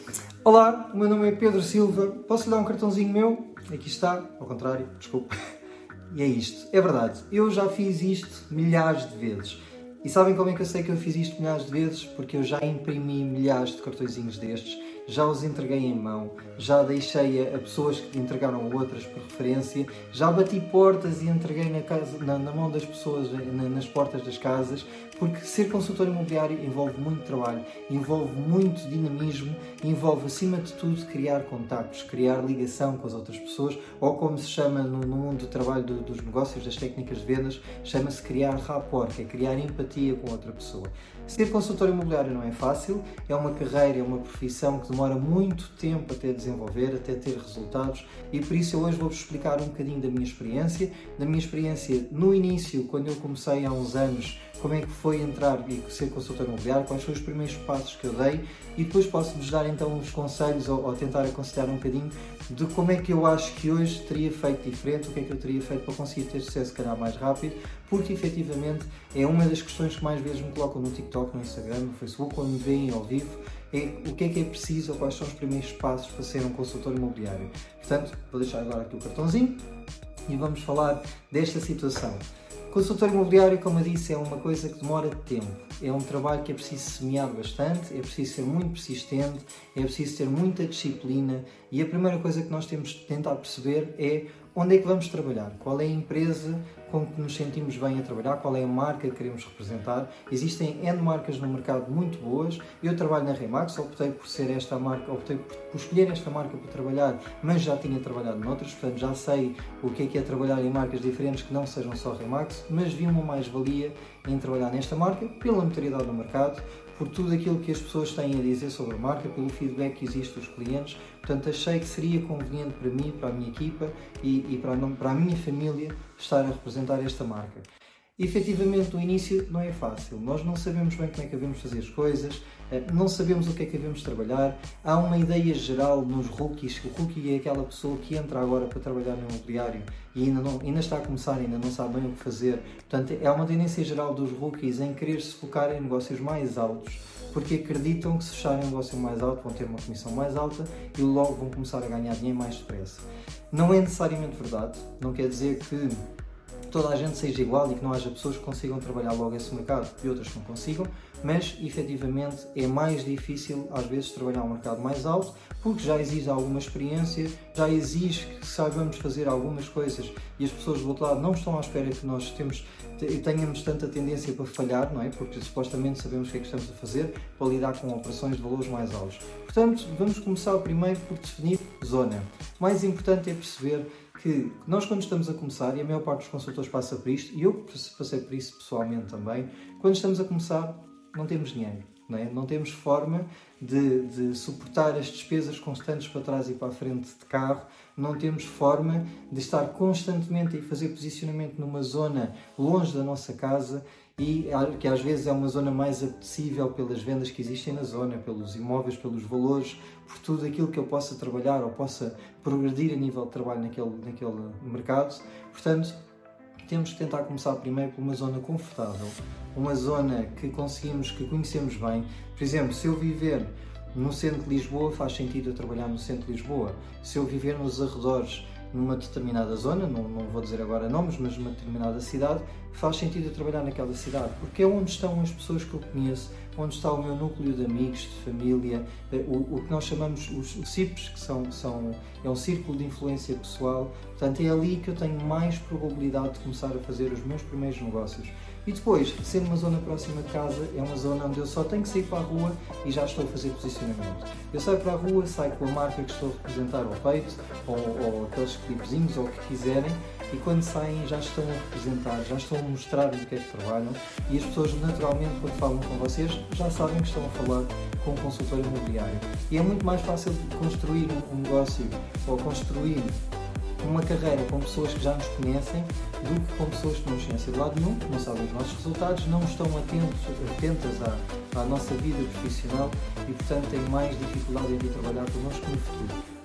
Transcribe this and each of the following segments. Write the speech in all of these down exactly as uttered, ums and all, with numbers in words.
Olá, o meu nome é Pedro Silva, posso lhe dar um cartãozinho meu? Aqui está, ao contrário, desculpe. E é isto, é verdade, eu já fiz isto milhares de vezes. E sabem como é que eu sei que eu fiz isto milhares de vezes? Porque eu já imprimi milhares de cartõezinhos destes, já os entreguei em mão, já deixei a pessoas que entregaram a outras por referência, já bati portas e entreguei na, casa, na, na mão das pessoas, na, nas portas das casas, porque ser consultor imobiliário envolve muito trabalho, envolve muito dinamismo, envolve acima de tudo criar contactos, criar ligação com as outras pessoas, ou como se chama no, no mundo do trabalho do, dos negócios, das técnicas de vendas, chama-se criar rapport, que é criar empatia com outra pessoa. Ser consultor imobiliário não é fácil, é uma carreira, é uma profissão que demora muito tempo até desenvolver, até ter resultados, e por isso eu hoje vou-vos explicar um bocadinho da minha experiência, da minha experiência no início, quando eu comecei há uns anos, como é que foi entrar e ser consultor imobiliário, quais foram os primeiros passos que eu dei, e depois posso-vos dar então uns conselhos ou, ou tentar aconselhar um bocadinho de como é que eu acho que hoje teria feito diferente, o que é que eu teria feito para conseguir ter sucesso, se calhar, mais rápido, porque efetivamente é uma das questões que mais vezes me colocam no TikTok, no Instagram, no Facebook, quando me veem ao vivo, é o que é que é preciso ou quais são os primeiros passos para ser um consultor imobiliário. Portanto, vou deixar agora aqui o cartãozinho e vamos falar desta situação. Consultor imobiliário, como eu disse, é uma coisa que demora tempo. É um trabalho que é preciso semear bastante, é preciso ser muito persistente, é preciso ter muita disciplina e a primeira coisa que nós temos de tentar perceber é onde é que vamos trabalhar, qual é a empresa com que nos sentimos bem a trabalhar, qual é a marca que queremos representar. Existem N marcas no mercado muito boas. Eu trabalho na Remax, optei por ser esta a marca, optei por escolher esta marca para trabalhar, mas já tinha trabalhado noutras, portanto já sei o que é que é trabalhar em marcas diferentes que não sejam só Remax, mas vi uma mais-valia em trabalhar nesta marca, pela notoriedade no mercado, por tudo aquilo que as pessoas têm a dizer sobre a marca, pelo feedback que existe dos clientes. Portanto, achei que seria conveniente para mim, para a minha equipa e, e para, a, para a minha família estar a representar esta marca. E, efetivamente, no início não é fácil. Nós não sabemos bem como é que devemos fazer as coisas, não sabemos o que é que devemos trabalhar. Há uma ideia geral nos rookies. O rookie é aquela pessoa que entra agora para trabalhar no imobiliário e ainda, não, ainda está a começar, ainda não sabe bem o que fazer. Portanto, há uma tendência geral dos rookies em querer se focar em negócios mais altos, porque acreditam que se fecharem um negócio mais alto vão ter uma comissão mais alta e logo vão começar a ganhar dinheiro mais depressa. Não é necessariamente verdade, não quer dizer que toda a gente seja igual e que não haja pessoas que consigam trabalhar logo esse mercado e outras que não consigam, mas efetivamente é mais difícil às vezes trabalhar um mercado mais alto porque já exige alguma experiência, já exige que saibamos fazer algumas coisas e as pessoas do outro lado não estão à espera que nós temos, tenhamos tanta tendência para falhar, não é? Porque supostamente sabemos o que é que estamos a fazer para lidar com operações de valores mais altos. Portanto, vamos começar primeiro por definir zona. O mais importante é perceber que nós, quando estamos a começar, e a maior parte dos consultores passa por isto, e eu passei por isso pessoalmente também, quando estamos a começar não temos dinheiro, não é? Não temos forma de, de suportar as despesas constantes para trás e para a frente de carro, não temos forma de estar constantemente a fazer posicionamento numa zona longe da nossa casa e que às vezes é uma zona mais apetecível pelas vendas que existem na zona, pelos imóveis, pelos valores, por tudo aquilo que eu possa trabalhar ou possa progredir a nível de trabalho naquele, naquele mercado. Portanto, temos que tentar começar primeiro por uma zona confortável, uma zona que conseguimos, que conhecemos bem. Por exemplo, se eu viver no centro de Lisboa, faz sentido eu trabalhar no centro de Lisboa. Se eu viver nos arredores, numa determinada zona, não, não vou dizer agora nomes, mas numa determinada cidade, faz sentido eu trabalhar naquela cidade, porque é onde estão as pessoas que eu conheço, onde está o meu núcleo de amigos, de família, o, o que nós chamamos os, os C I Ps, que são, são, é um círculo de influência pessoal. Portanto, é ali que eu tenho mais probabilidade de começar a fazer os meus primeiros negócios. E depois, sendo uma zona próxima de casa, é uma zona onde eu só tenho que sair para a rua e já estou a fazer posicionamento. Eu saio para a rua, saio com a marca que estou a representar ao peito, ou, ou aqueles clipezinhos, ou o que quiserem, e quando saem já estão a representar, já estão a mostrar o que é que trabalham, e as pessoas naturalmente, quando falam com vocês, já sabem que estão a falar com um consultor imobiliário. E é muito mais fácil construir um negócio, ou construir uma carreira com pessoas que já nos conhecem do que com pessoas que não nos conhecem de lado nenhum, que não sabem os nossos resultados, não estão atentos, atentas à, à nossa vida profissional e, portanto, têm mais dificuldade em vir trabalhar connosco no futuro.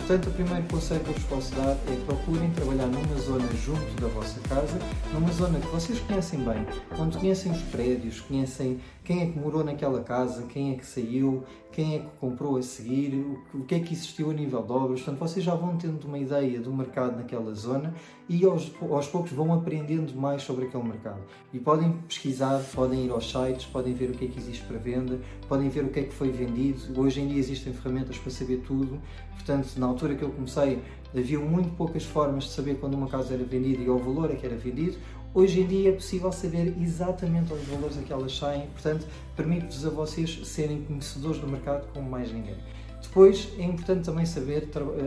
Portanto, o primeiro conselho que eu vos posso dar é procurem trabalhar numa zona junto da vossa casa, numa zona que vocês conhecem bem, onde conhecem os prédios, conhecem quem é que morou naquela casa, quem é que saiu, quem é que comprou a seguir, o que é que existiu a nível de obras. Portanto, vocês já vão tendo uma ideia do mercado naquela zona e aos, aos poucos vão aprendendo mais sobre aquele mercado. E podem pesquisar, podem ir aos sites, podem ver o que é que existe para venda, podem ver o que é que foi vendido. Hoje em dia existem ferramentas para saber tudo. Portanto, na altura que eu comecei, havia muito poucas formas de saber quando uma casa era vendida e ao valor a que era vendido. Hoje em dia é possível saber exatamente os valores a que elas saem, portanto, permite-vos a vocês serem conhecedores do mercado como mais ninguém. Depois, é importante também saber,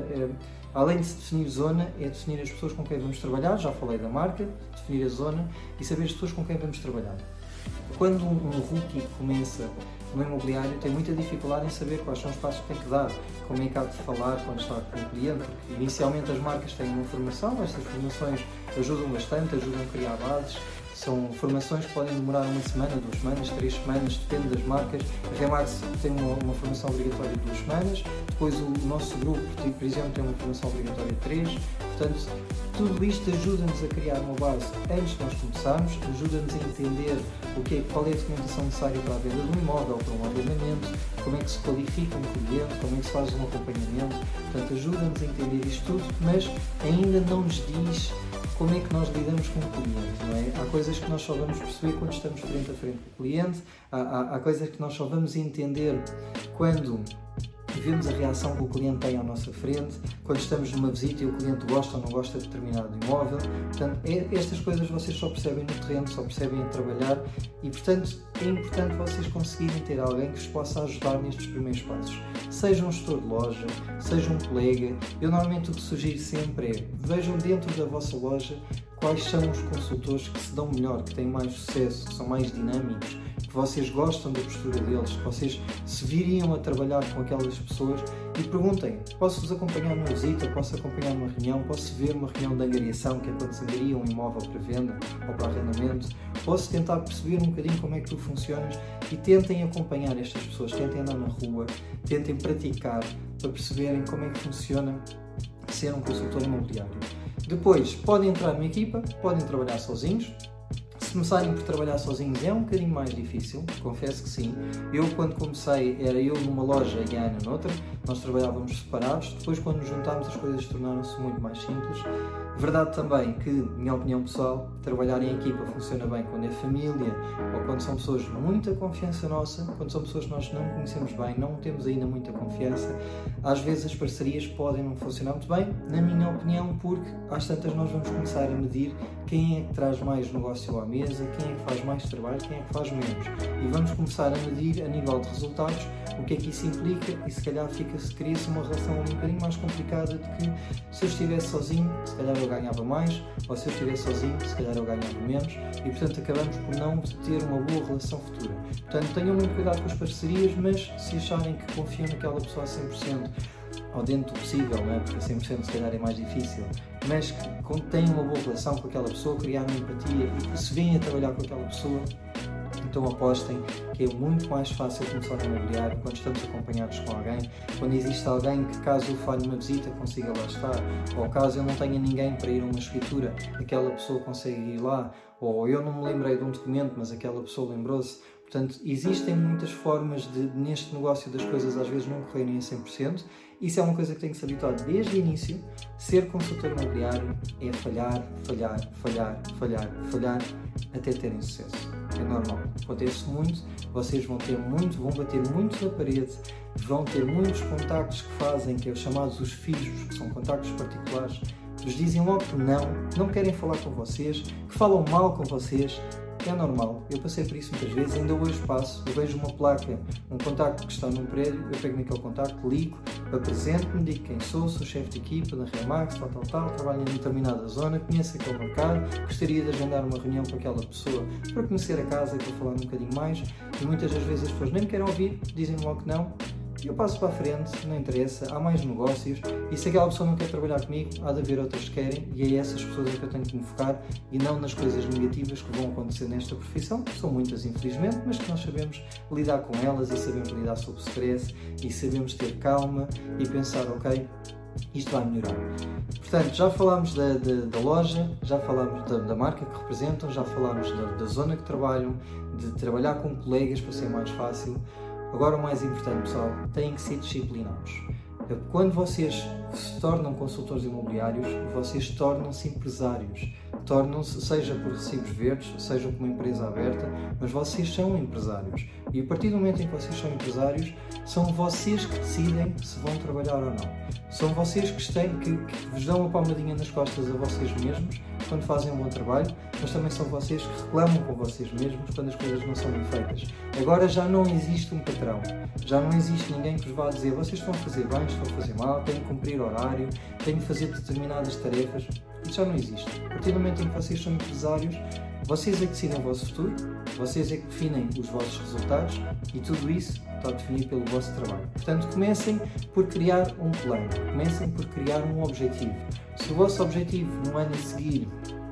além de se definir zona, é definir as pessoas com quem vamos trabalhar, já falei da marca, definir a zona e saber as pessoas com quem vamos trabalhar. Quando um, um rookie começa no imobiliário, tem muita dificuldade em saber quais são os passos que tem que dar, como é que há de falar quando está com o cliente, porque inicialmente as marcas têm uma formação, estas formações ajudam bastante, ajudam a criar bases, são formações que podem demorar uma semana, duas semanas, três semanas, depende das marcas. A Remax tem uma, uma formação obrigatória de duas semanas, depois o, o nosso grupo, por exemplo, tem uma formação obrigatória de três, portanto, tudo isto ajuda-nos a criar uma base antes de nós começarmos, ajuda-nos a entender o que é, qual é a documentação necessária para a venda de um imóvel, para um arrendamento, como é que se qualifica um cliente, como é que se faz um acompanhamento, portanto ajuda-nos a entender isto tudo, mas ainda não nos diz como é que nós lidamos com o cliente, não é? Há coisas que nós só vamos perceber quando estamos frente a frente com o cliente, há, há, há coisas que nós só vamos entender quando vemos a reação que o cliente tem à nossa frente, quando estamos numa visita e o cliente gosta ou não gosta de determinado imóvel. Portanto, é, estas coisas vocês só percebem no terreno, só percebem a trabalhar e, portanto, é importante vocês conseguirem ter alguém que vos possa ajudar nestes primeiros passos. Seja um gestor de loja, seja um colega. Eu normalmente o que sugiro sempre é, vejam dentro da vossa loja quais são os consultores que se dão melhor, que têm mais sucesso, que são mais dinâmicos, que vocês gostam da postura deles, que vocês se viriam a trabalhar com aquelas pessoas e perguntem, posso-vos acompanhar numa visita, posso acompanhar numa reunião, posso ver uma reunião de angariação, que é quando se angaria um imóvel para venda ou para arrendamento, posso tentar perceber um bocadinho como é que tu funcionas e tentem acompanhar estas pessoas, tentem andar na rua, tentem praticar para perceberem como é que funciona ser um consultor imobiliário. Depois, podem entrar numa equipa, podem trabalhar sozinhos. Se começarem por trabalhar sozinhos é um bocadinho mais difícil, confesso que sim. Eu, quando comecei, era eu numa loja e a Ana noutra, nós trabalhávamos separados. Depois, quando nos juntámos, as coisas tornaram-se muito mais simples. Verdade também que, minha opinião pessoal, trabalhar em equipa funciona bem quando é família ou quando são pessoas de muita confiança nossa, quando são pessoas que nós não conhecemos bem, não temos ainda muita confiança. Às vezes as parcerias podem não funcionar muito bem, na minha opinião, porque às tantas nós vamos começar a medir quem é que traz mais negócio à mesa, quem é que faz mais trabalho, quem é que faz menos. E vamos começar a medir a nível de resultados o que é que isso implica e se calhar fica-se, cria-se uma relação um bocadinho mais complicada de que se eu estivesse sozinho, se calhar eu ganhava mais, ou se eu estivesse sozinho, se calhar eu ganhava menos e portanto acabamos por não ter uma boa relação futura. Portanto, tenham muito cuidado com as parcerias, mas se acharem que confiam naquela pessoa a cem por cento, ou dentro do possível, não é? Porque a cem por cento se calhar é mais difícil, mas que tenham uma boa relação com aquela pessoa, criar uma empatia e que se venham a trabalhar com aquela pessoa, então apostem que é muito mais fácil começar no imobiliário quando estamos acompanhados com alguém, quando existe alguém que, caso eu falhe uma visita, consiga lá estar, ou caso eu não tenha ninguém para ir a uma escritura, aquela pessoa consegue ir lá, ou eu não me lembrei de um documento, mas aquela pessoa lembrou-se. Portanto, existem muitas formas de, neste negócio das coisas às vezes não correrem a cem por cento. Isso é uma coisa que tem que se habituar desde o início. Ser consultor imobiliário é falhar, falhar, falhar, falhar, falhar, até terem sucesso. É normal. Acontece muito, vocês vão ter muito, vão bater muito na parede, vão ter muitos contactos que fazem, que é os chamados os filhos, que são contactos particulares, que vos dizem logo que não, que não querem falar com vocês, que falam mal com vocês. É normal, eu passei por isso muitas vezes, ainda hoje passo, eu vejo uma placa, um contacto que está num prédio, eu pego naquele contacto, ligo, apresento-me, digo quem sou, sou chefe de equipa da Remax, tal, tal, tal, trabalho em determinada zona, conheço aquele mercado, gostaria de agendar uma reunião com aquela pessoa para conhecer a casa e para falar um bocadinho mais, e muitas das vezes as pessoas nem me querem ouvir, dizem-me logo que não. Eu passo para a frente, não interessa, há mais negócios e se aquela pessoa não quer trabalhar comigo, há de haver outras que querem e é essas pessoas que eu tenho que me focar e não nas coisas negativas que vão acontecer nesta profissão, que são muitas infelizmente, mas que nós sabemos lidar com elas e sabemos lidar sob stress e sabemos ter calma e pensar, ok, isto vai melhorar. Portanto, já falámos da, da, da loja, já falámos da, da marca que representam, já falámos da, da zona que trabalham, de trabalhar com colegas para ser mais fácil. Agora o mais importante, pessoal, têm que ser disciplinados. Quando vocês se tornam consultores imobiliários, vocês tornam-se empresários. Tornam-se, seja por recibos verdes, seja por uma empresa aberta, mas vocês são empresários. E a partir do momento em que vocês são empresários, são vocês que decidem se vão trabalhar ou não. São vocês que, têm, que, que vos dão uma palmadinha nas costas a vocês mesmos quando fazem um bom trabalho, mas também são vocês que reclamam com vocês mesmos quando as coisas não são bem feitas. Agora já não existe um patrão, já não existe ninguém que vos vá dizer vocês estão a fazer bem, estão a fazer mal, têm que cumprir horário, têm que fazer determinadas tarefas. Isso já não existe. A partir do momento em que vocês são empresários, vocês é que decidem o vosso futuro, vocês é que definem os vossos resultados e tudo isso está definido pelo vosso trabalho. Portanto, comecem por criar um plano, comecem por criar um objetivo. Se o vosso objetivo no ano a seguir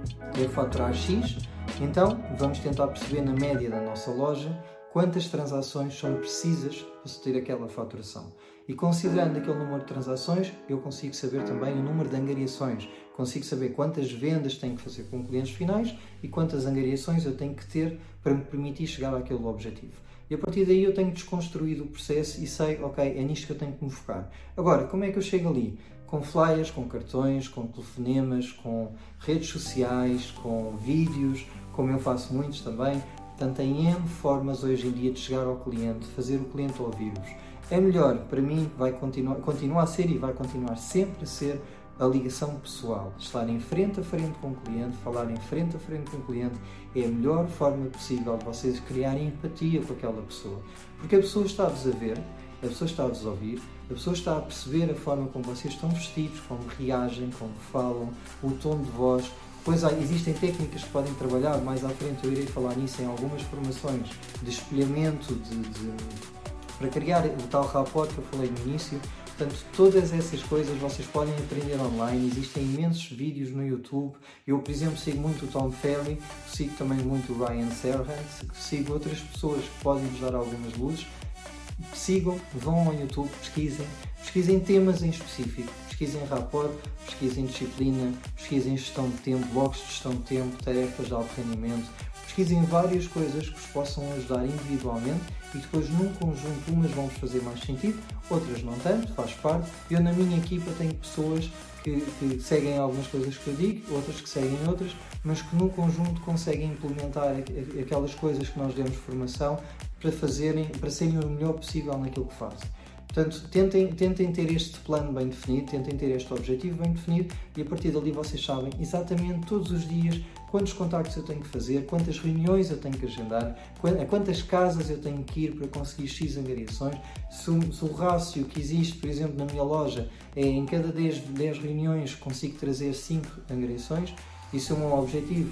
é faturar X, então vamos tentar perceber na média da nossa loja quantas transações são precisas para se ter aquela faturação. E considerando aquele número de transações, eu consigo saber também o número de angariações. Consigo saber quantas vendas tenho que fazer com clientes finais e quantas angariações eu tenho que ter para me permitir chegar àquele objetivo. E a partir daí eu tenho desconstruído o processo e sei, ok, é nisto que eu tenho que me focar. Agora, como é que eu chego ali? Com flyers, com cartões, com telefonemas, com redes sociais, com vídeos, como eu faço muitos também. Portanto, tem N formas hoje em dia de chegar ao cliente, fazer o cliente ouvir-vos. É melhor, para mim, vai continuar, continua a ser e vai continuar sempre a ser a ligação pessoal. Estar em frente a frente com o cliente, falar em frente a frente com o cliente é a melhor forma possível de vocês criarem empatia com aquela pessoa. Porque a pessoa está-vos a ver, a pessoa está-vos a ouvir, a pessoa está a perceber a forma como vocês estão vestidos, como reagem, como falam, o tom de voz. Pois há, existem técnicas que podem trabalhar, mais à frente eu irei falar nisso em algumas formações de espelhamento, de, de, para criar o tal rapport que eu falei no início. Portanto, todas essas coisas vocês podem aprender online, existem imensos vídeos no YouTube. Eu, por exemplo, sigo muito o Tom Ferry, sigo também muito o Ryan Serhant, sigo outras pessoas que podem vos dar algumas luzes. Sigam, vão ao YouTube, pesquisem, pesquisem temas em específico, pesquisem rapport, pesquisem disciplina, pesquisem gestão de tempo, blocos de gestão de tempo, tarefas de alto rendimento, pesquisem várias coisas que vos possam ajudar individualmente e depois num conjunto umas vão vos fazer mais sentido, outras não tanto, faz parte. Eu na minha equipa tenho pessoas que, que seguem algumas coisas que eu digo, outras que seguem outras, mas que no conjunto conseguem implementar aquelas coisas que nós demos formação para fazerem, para serem o melhor possível naquilo que fazem. Portanto, tentem, tentem ter este plano bem definido, tentem ter este objetivo bem definido e a partir dali vocês sabem exatamente todos os dias quantos contactos eu tenho que fazer, quantas reuniões eu tenho que agendar, a quantas casas eu tenho que ir para conseguir X angariações. Se o, se o rácio que existe, por exemplo, na minha loja é em cada dez, dez reuniões consigo trazer cinco angariações e se o meu objetivo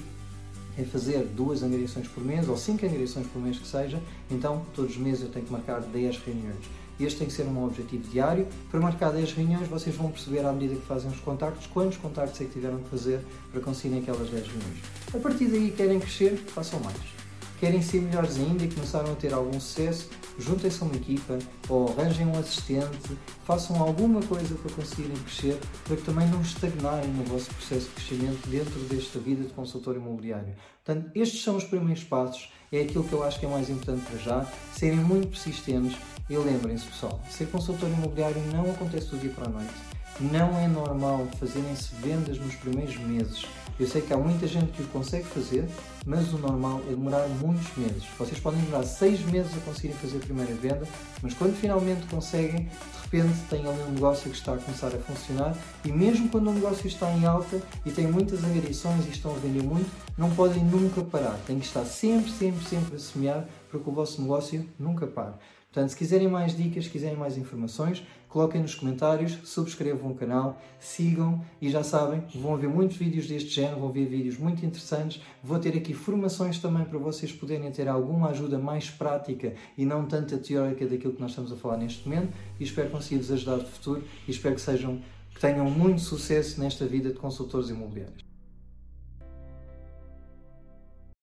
é fazer duas angariações por mês ou cinco angariações por mês que seja, então todos os meses eu tenho que marcar dez reuniões. Este tem que ser um objetivo diário. Para marcar dez reuniões, vocês vão perceber à medida que fazem os contactos, quantos contactos é que tiveram que fazer para conseguirem aquelas dez reuniões. A partir daí, querem crescer, façam mais. Querem ser melhores ainda e começaram a ter algum sucesso, juntem-se a uma equipa ou arranjem um assistente, façam alguma coisa para conseguirem crescer, para que também não estagnarem no vosso processo de crescimento dentro desta vida de consultor imobiliário. Portanto, estes são os primeiros passos, é aquilo que eu acho que é mais importante para já, serem muito persistentes e lembrem-se, pessoal, ser consultor imobiliário não acontece do dia para a noite. Não é normal fazerem-se vendas nos primeiros meses. Eu sei que há muita gente que o consegue fazer, mas o normal é demorar muitos meses. Vocês podem demorar seis meses a conseguirem fazer a primeira venda, mas quando finalmente conseguem, de repente têm ali um negócio que está a começar a funcionar e mesmo quando o negócio está em alta e tem muitas angariações e estão a vender muito, não podem nunca parar. Têm que estar sempre, sempre, sempre a semear para que o vosso negócio nunca pare. Portanto, se quiserem mais dicas, se quiserem mais informações, coloquem nos comentários, subscrevam o canal, sigam e já sabem, vão haver muitos vídeos deste género, vão haver vídeos muito interessantes. Vou ter aqui formações também para vocês poderem ter alguma ajuda mais prática e não tanta teórica daquilo que nós estamos a falar neste momento e espero conseguir-vos ajudar no futuro e espero que, sejam, que tenham muito sucesso nesta vida de consultores imobiliários.